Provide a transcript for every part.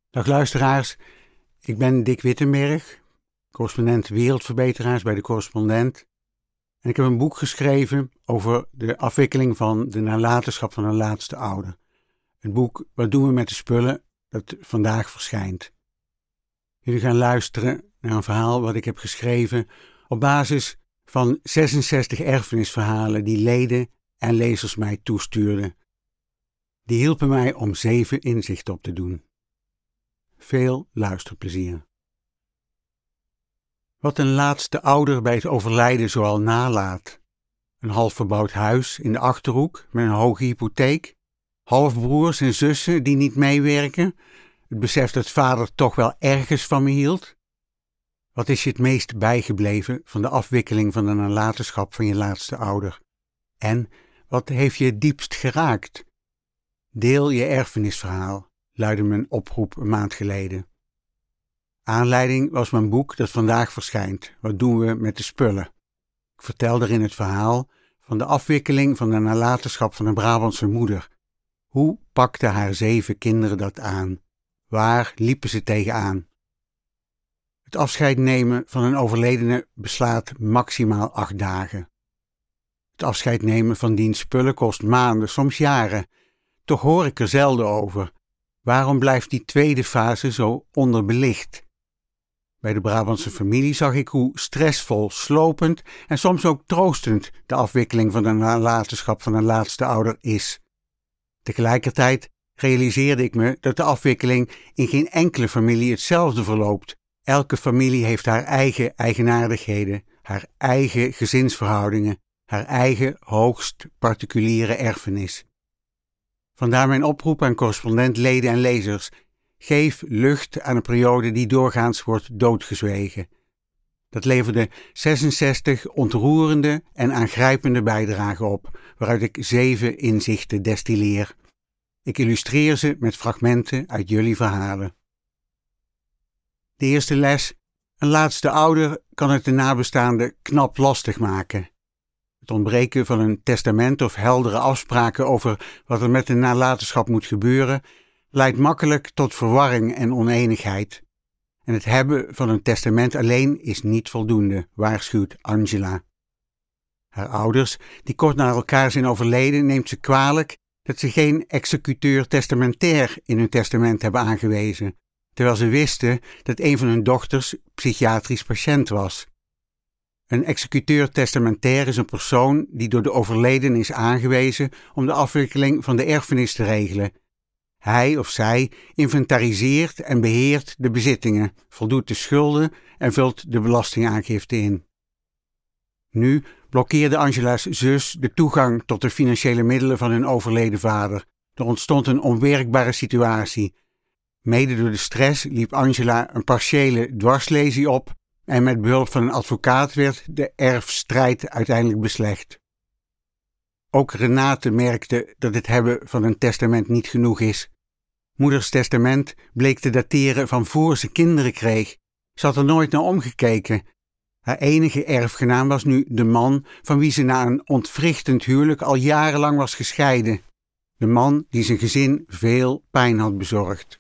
Dag luisteraars, ik ben Dick Wittenberg, correspondent Wereldverbeteraars bij de Correspondent. En ik heb een boek geschreven over de afwikkeling van de nalatenschap van een laatste ouder. Het boek Wat doen we met de spullen, dat vandaag verschijnt. Jullie gaan luisteren naar een verhaal wat ik heb geschreven op basis van 66 erfenisverhalen die leden en lezers mij toestuurden. Die hielpen mij om 7 inzichten op te doen. Veel luisterplezier. Wat een laatste ouder bij het overlijden zoal nalaat. Een half verbouwd huis in de Achterhoek met een hoge hypotheek, halfbroers en zussen die niet meewerken, het besef dat vader toch wel ergens van me hield. Wat is je het meest bijgebleven van de afwikkeling van de nalatenschap van je laatste ouder? En wat heeft je het diepst geraakt? Deel je erfenisverhaal, luidde mijn oproep een maand geleden. Aanleiding was mijn boek dat vandaag verschijnt, Wat doen we met de spullen? Ik vertel erin het verhaal van de afwikkeling van de nalatenschap van een Brabantse moeder. Hoe pakte haar 7 kinderen dat aan? Waar liepen ze tegenaan? Het afscheid nemen van een overledene beslaat maximaal 8 dagen. Het afscheid nemen van diens spullen kost maanden, soms jaren. Toch hoor ik er zelden over. Waarom blijft die tweede fase zo onderbelicht? Bij de Brabantse familie zag ik hoe stressvol, slopend en soms ook troostend de afwikkeling van de nalatenschap van een laatste ouder is. Tegelijkertijd realiseerde ik me dat de afwikkeling in geen enkele familie hetzelfde verloopt. Elke familie heeft haar eigen eigenaardigheden, haar eigen gezinsverhoudingen, haar eigen hoogst particuliere erfenis. Vandaar mijn oproep aan correspondent, leden en lezers. Geef lucht aan een periode die doorgaans wordt doodgezwegen. Dat leverde 66 ontroerende en aangrijpende bijdragen op, waaruit ik 7 inzichten destilleer. Ik illustreer ze met fragmenten uit jullie verhalen. De eerste les: een laatste ouder kan het de nabestaanden knap lastig maken. Het ontbreken van een testament of heldere afspraken over wat er met de nalatenschap moet gebeuren, leidt makkelijk tot verwarring en oneenigheid. En het hebben van een testament alleen is niet voldoende, waarschuwt Angela. Haar ouders, die kort na elkaar zijn overleden, neemt ze kwalijk dat ze geen executeur testamentair in hun testament hebben aangewezen, terwijl ze wisten dat een van hun dochters psychiatrisch patiënt was. Een executeur testamentair is een persoon die door de overledene is aangewezen om de afwikkeling van de erfenis te regelen. Hij of zij inventariseert en beheert de bezittingen, voldoet de schulden en vult de belastingaangifte in. Nu blokkeerde Angela's zus de toegang tot de financiële middelen van hun overleden vader. Er ontstond een onwerkbare situatie. Mede door de stress liep Angela een partiële dwarslesie op en met behulp van een advocaat werd de erfstrijd uiteindelijk beslecht. Ook Renate merkte dat het hebben van een testament niet genoeg is. Moeders testament bleek te dateren van voor ze kinderen kreeg. Ze had er nooit naar omgekeken. Haar enige erfgenaam was nu de man van wie ze na een ontwrichtend huwelijk al jarenlang was gescheiden. De man die zijn gezin veel pijn had bezorgd.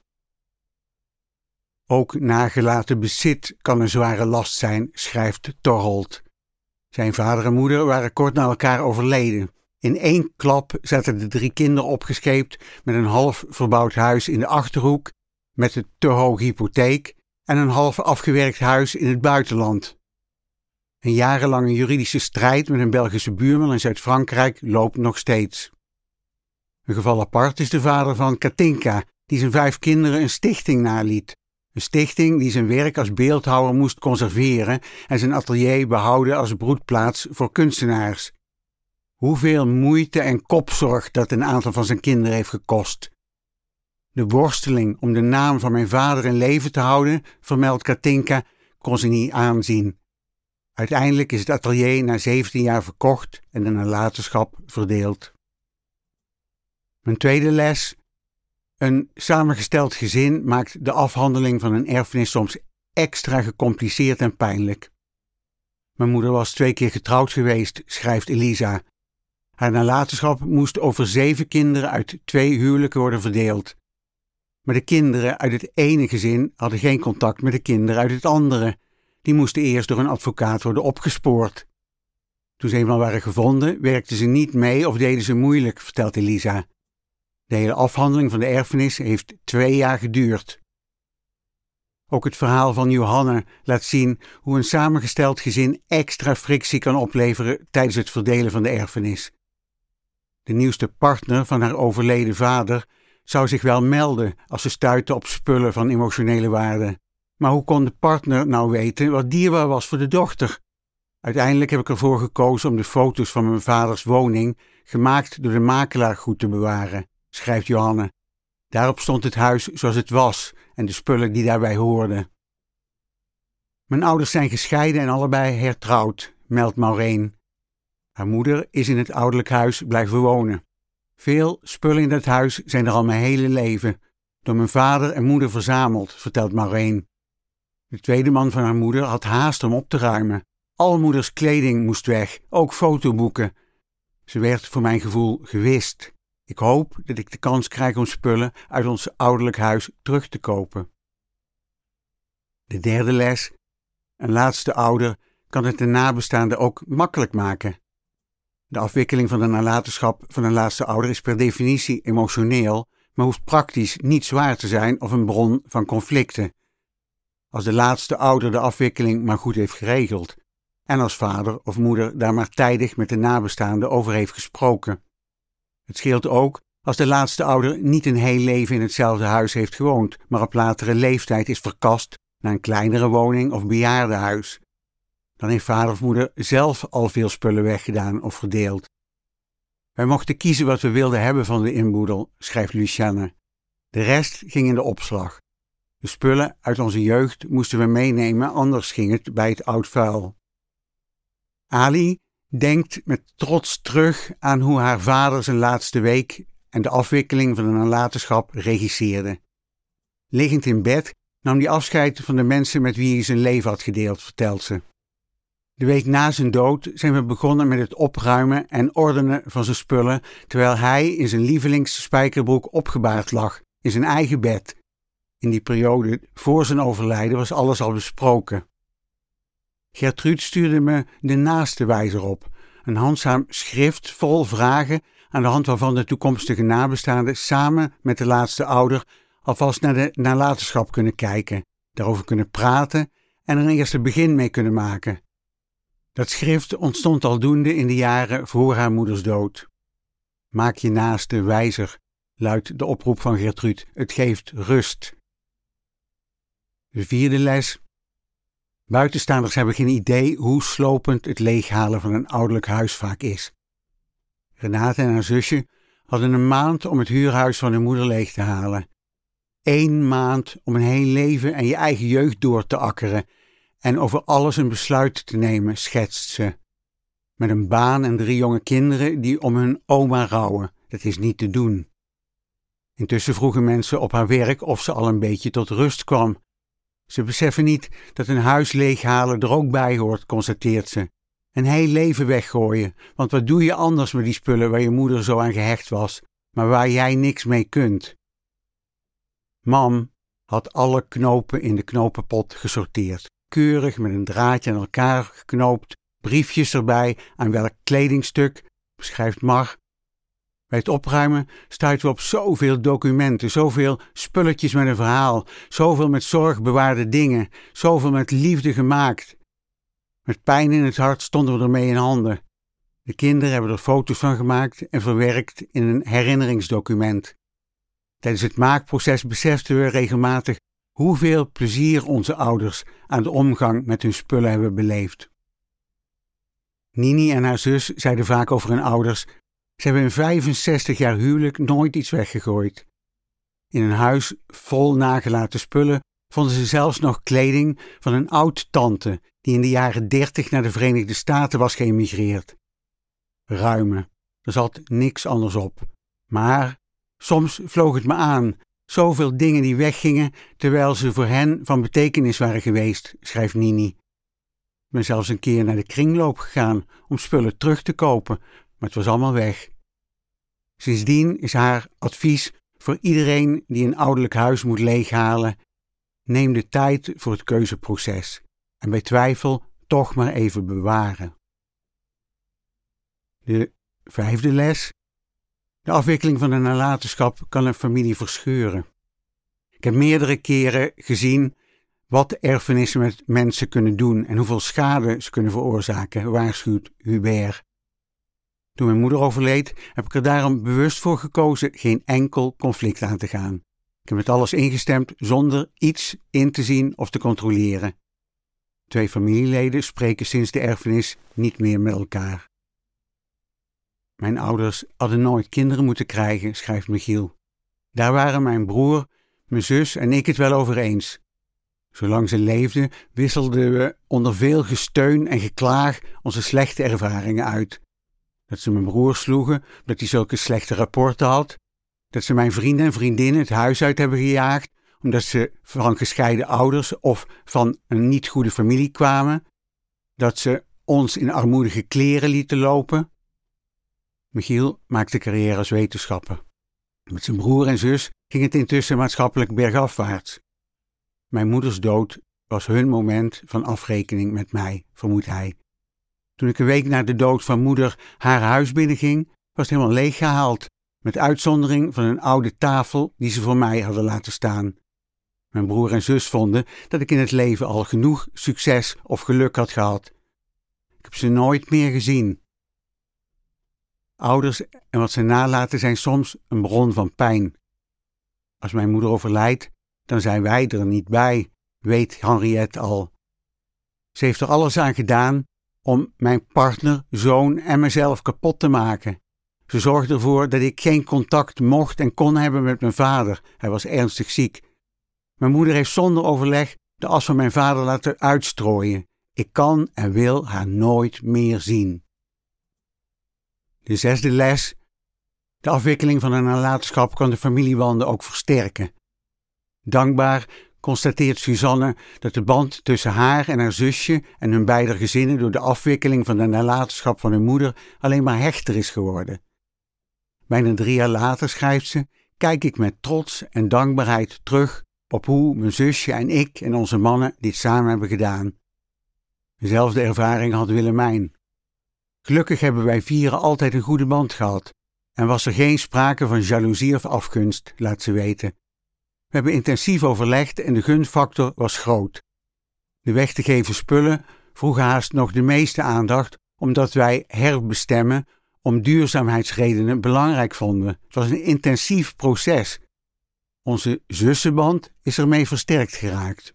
Ook nagelaten bezit kan een zware last zijn, schrijft Torhold. Zijn vader en moeder waren kort na elkaar overleden. In 1 klap zaten de 3 kinderen opgescheept met een half verbouwd huis in de Achterhoek, met een te hoge hypotheek en een half afgewerkt huis in het buitenland. Een jarenlange juridische strijd met een Belgische buurman in Zuid-Frankrijk loopt nog steeds. Een geval apart is de vader van Katinka, die zijn 5 kinderen een stichting naliet. Een stichting die zijn werk als beeldhouwer moest conserveren en zijn atelier behouden als broedplaats voor kunstenaars. Hoeveel moeite en kopzorg dat een aantal van zijn kinderen heeft gekost. De worsteling om de naam van mijn vader in leven te houden, vermeldt Katinka, kon ze niet aanzien. Uiteindelijk is het atelier na 17 jaar verkocht en de nalatenschap verdeeld. Mijn tweede les: een samengesteld gezin maakt de afhandeling van een erfenis soms extra gecompliceerd en pijnlijk. Mijn moeder was 2 keer getrouwd geweest, schrijft Elisa. Haar nalatenschap moest over 7 kinderen uit 2 huwelijken worden verdeeld. Maar de kinderen uit het ene gezin hadden geen contact met de kinderen uit het andere. Die moesten eerst door een advocaat worden opgespoord. Toen ze eenmaal waren gevonden, werkten ze niet mee of deden ze moeilijk, vertelt Elisa. De hele afhandeling van de erfenis heeft 2 jaar geduurd. Ook het verhaal van Johanne laat zien hoe een samengesteld gezin extra frictie kan opleveren tijdens het verdelen van de erfenis. De nieuwste partner van haar overleden vader zou zich wel melden als ze stuitte op spullen van emotionele waarde. Maar hoe kon de partner nou weten wat dierbaar was voor de dochter? Uiteindelijk heb ik ervoor gekozen om de foto's van mijn vaders woning, gemaakt door de makelaar, goed te bewaren, schrijft Johanne. Daarop stond het huis zoals het was en de spullen die daarbij hoorden. Mijn ouders zijn gescheiden en allebei hertrouwd, meldt Maureen. Haar moeder is in het ouderlijk huis blijven wonen. Veel spullen in dat huis zijn er al mijn hele leven, door mijn vader en moeder verzameld, vertelt Maureen. De tweede man van haar moeder had haast om op te ruimen. Al moeders kleding moest weg, ook fotoboeken. Ze werd voor mijn gevoel gewist. Ik hoop dat ik de kans krijg om spullen uit ons ouderlijk huis terug te kopen. De derde les. Een laatste ouder kan het de nabestaanden ook makkelijk maken. De afwikkeling van de nalatenschap van een laatste ouder is per definitie emotioneel, maar hoeft praktisch niet zwaar te zijn of een bron van conflicten. Als de laatste ouder de afwikkeling maar goed heeft geregeld en als vader of moeder daar maar tijdig met de nabestaanden over heeft gesproken. Het scheelt ook als de laatste ouder niet een heel leven in hetzelfde huis heeft gewoond, maar op latere leeftijd is verkast naar een kleinere woning of bejaardenhuis. Dan heeft vader of moeder zelf al veel spullen weggedaan of verdeeld. Wij mochten kiezen wat we wilden hebben van de inboedel, schrijft Lucienne. De rest ging in de opslag. De spullen uit onze jeugd moesten we meenemen, anders ging het bij het oud vuil. Ali denkt met trots terug aan hoe haar vader zijn laatste week en de afwikkeling van de nalatenschap regisseerde. Liggend in bed nam hij afscheid van de mensen met wie hij zijn leven had gedeeld, vertelt ze. De week na zijn dood zijn we begonnen met het opruimen en ordenen van zijn spullen, terwijl hij in zijn lievelingsspijkerbroek opgebaard lag, in zijn eigen bed. In die periode voor zijn overlijden was alles al besproken. Gertrude stuurde me de naaste wijzer op, een handzaam schrift vol vragen aan de hand waarvan de toekomstige nabestaanden samen met de laatste ouder alvast naar de nalatenschap kunnen kijken, daarover kunnen praten en er een eerste begin mee kunnen maken. Dat schrift ontstond aldoende in de jaren voor haar moeders dood. Maak je naaste wijzer, luidt de oproep van Gertrude. Het geeft rust. De vierde les. Buitenstaanders hebben geen idee hoe slopend het leeghalen van een ouderlijk huis vaak is. Renate en haar zusje hadden een maand om het huurhuis van hun moeder leeg te halen. 1 maand om een heel leven en je eigen jeugd door te akkeren en over alles een besluit te nemen, schetst ze. Met een baan en 3 jonge kinderen die om hun oma rouwen. Dat is niet te doen. Intussen vroegen mensen op haar werk of ze al een beetje tot rust kwam. Ze beseffen niet dat een huis leeghalen er ook bij hoort, constateert ze. Een heel leven weggooien, want wat doe je anders met die spullen waar je moeder zo aan gehecht was, maar waar jij niks mee kunt? Mam had alle knopen in de knopenpot gesorteerd, keurig met een draadje aan elkaar geknoopt, briefjes erbij aan welk kledingstuk, beschrijft Mar. Bij het opruimen stuiten we op zoveel documenten, zoveel spulletjes met een verhaal, zoveel met zorg bewaarde dingen, zoveel met liefde gemaakt. Met pijn in het hart stonden we ermee in handen. De kinderen hebben er foto's van gemaakt en verwerkt in een herinneringsdocument. Tijdens het maakproces beseften we regelmatig hoeveel plezier onze ouders aan de omgang met hun spullen hebben beleefd. Nini en haar zus zeiden vaak over hun ouders: ze hebben in 65 jaar huwelijk nooit iets weggegooid. In een huis vol nagelaten spullen vonden ze zelfs nog kleding van een oud-tante die in de jaren 30 naar de Verenigde Staten was geëmigreerd. Ruimen, er zat niks anders op. Maar soms vloog het me aan, zoveel dingen die weggingen terwijl ze voor hen van betekenis waren geweest, schrijft Nini. Ik ben zelfs een keer naar de kringloop gegaan om spullen terug te kopen, maar het was allemaal weg. Sindsdien is haar advies Voor iedereen die een ouderlijk huis moet leeghalen, neem de tijd voor het keuzeproces en bij twijfel toch maar even bewaren. De 5e les. De afwikkeling van een nalatenschap kan een familie verscheuren. Ik heb meerdere keren gezien wat erfenissen met mensen kunnen doen en hoeveel schade ze kunnen veroorzaken, waarschuwt Hubert. Toen mijn moeder overleed, heb ik er daarom bewust voor gekozen geen enkel conflict aan te gaan. Ik heb met alles ingestemd zonder iets in te zien of te controleren. 2 familieleden spreken sinds de erfenis niet meer met elkaar. Mijn ouders hadden nooit kinderen moeten krijgen, schrijft Michiel. Daar waren mijn broer, mijn zus en ik het wel over eens. Zolang ze leefden, wisselden we onder veel gesteun en geklaag onze slechte ervaringen uit. Dat ze mijn broer sloegen, dat hij zulke slechte rapporten had. Dat ze mijn vrienden en vriendinnen het huis uit hebben gejaagd, omdat ze van gescheiden ouders of van een niet goede familie kwamen. Dat ze ons in armoedige kleren lieten lopen. Michiel maakte carrière als wetenschapper. Met zijn broer en zus ging het intussen maatschappelijk bergafwaarts. Mijn moeders dood was hun moment van afrekening met mij, vermoedt hij. Toen ik een week na de dood van moeder haar huis binnenging, was het helemaal leeggehaald, met uitzondering van een oude tafel die ze voor mij hadden laten staan. Mijn broer en zus vonden dat ik in het leven al genoeg succes of geluk had gehad. Ik heb ze nooit meer gezien. Ouders en wat ze nalaten zijn soms een bron van pijn. Als mijn moeder overlijdt, dan zijn wij er niet bij, weet Henriette al. Ze heeft er alles aan gedaan om mijn partner, zoon en mezelf kapot te maken. Ze zorgde ervoor dat ik geen contact mocht en kon hebben met mijn vader. Hij was ernstig ziek. Mijn moeder heeft zonder overleg de as van mijn vader laten uitstrooien. Ik kan en wil haar nooit meer zien. De 6e les. De afwikkeling van een nalatenschap kan de familiebanden ook versterken. Dankbaar constateert Suzanne dat de band tussen haar en haar zusje en hun beider gezinnen door de afwikkeling van de nalatenschap van hun moeder alleen maar hechter is geworden. Bijna 3 jaar later, schrijft ze, kijk ik met trots en dankbaarheid terug op hoe mijn zusje en ik en onze mannen dit samen hebben gedaan. Dezelfde ervaring had Willemijn. Gelukkig hebben wij 4 altijd een goede band gehad en was er geen sprake van jaloezie of afgunst, laat ze weten. We hebben intensief overlegd en de gunfactor was groot. De weg te geven spullen vroegen haast nog de meeste aandacht, omdat wij herbestemmen om duurzaamheidsredenen belangrijk vonden. Het was een intensief proces. Onze zussenband is ermee versterkt geraakt.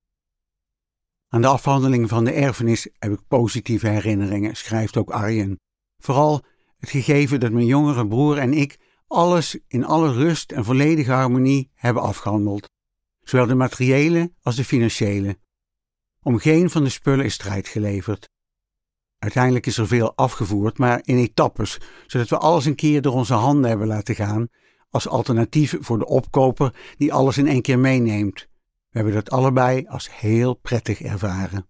Aan de afhandeling van de erfenis heb ik positieve herinneringen, schrijft ook Arjen. Vooral het gegeven dat mijn jongere broer en ik alles in alle rust en volledige harmonie hebben afgehandeld. Zowel de materiële als de financiële. Om geen van de spullen is strijd geleverd. Uiteindelijk is er veel afgevoerd, maar in etappes, zodat we alles een keer door onze handen hebben laten gaan, als alternatief voor de opkoper die alles in één keer meeneemt. We hebben dat allebei als heel prettig ervaren.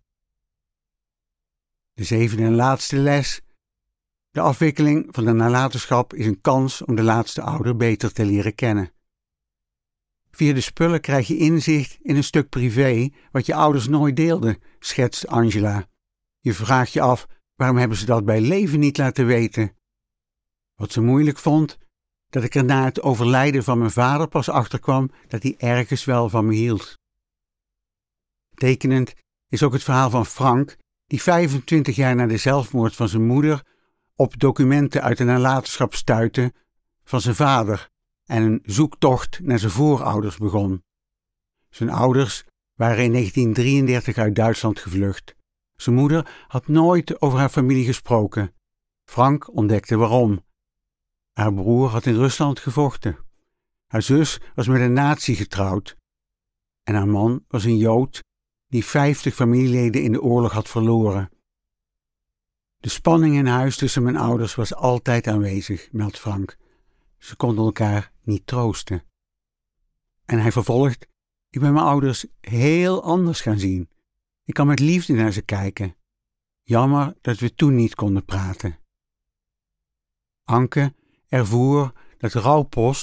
De 7e en laatste les. De afwikkeling van de nalatenschap is een kans om de laatste ouder beter te leren kennen. Via de spullen krijg je inzicht in een stuk privé wat je ouders nooit deelden, schetst Angela. Je vraagt je af, waarom hebben ze dat bij leven niet laten weten? Wat ze moeilijk vond, dat ik er na het overlijden van mijn vader pas achterkwam dat hij ergens wel van me hield. Tekenend is ook het verhaal van Frank, die 25 jaar na de zelfmoord van zijn moeder op documenten uit de nalatenschap stuitte van zijn vader en een zoektocht naar zijn voorouders begon. Zijn ouders waren in 1933 uit Duitsland gevlucht. Zijn moeder had nooit over haar familie gesproken. Frank ontdekte waarom. Haar broer had in Rusland gevochten. Haar zus was met een nazi getrouwd. En haar man was een Jood die 50 familieleden in de oorlog had verloren. De spanning in huis tussen mijn ouders was altijd aanwezig, meldt Frank. Ze konden elkaar niet troosten. En hij vervolgt, ik ben mijn ouders heel anders gaan zien. Ik kan met liefde naar ze kijken. Jammer dat we toen niet konden praten. Anke ervoer dat rouwpost, een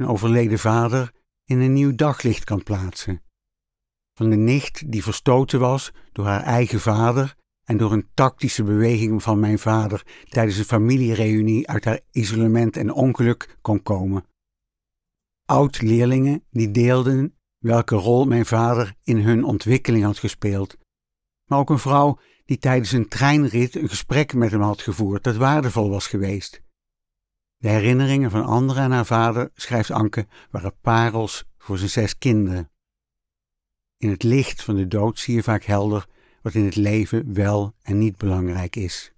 een overleden vader in een nieuw daglicht kan plaatsen. Van de nicht die verstoten was door haar eigen vader en door een tactische beweging van mijn vader tijdens een familiereunie uit haar isolement en ongeluk kon komen. Oud-leerlingen die deelden welke rol mijn vader in hun ontwikkeling had gespeeld, maar ook een vrouw die tijdens een treinrit een gesprek met hem had gevoerd dat waardevol was geweest. De herinneringen van anderen aan haar vader, schrijft Anke, waren parels voor zijn 6 kinderen. In het licht van de dood zie je vaak helder wat in het leven wel en niet belangrijk is.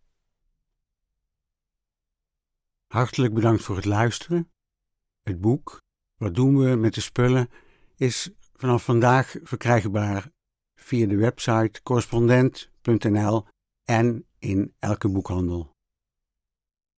Hartelijk bedankt voor het luisteren. Het boek Wat doen we met de spullen is vanaf vandaag verkrijgbaar via de website correspondent.nl en in elke boekhandel.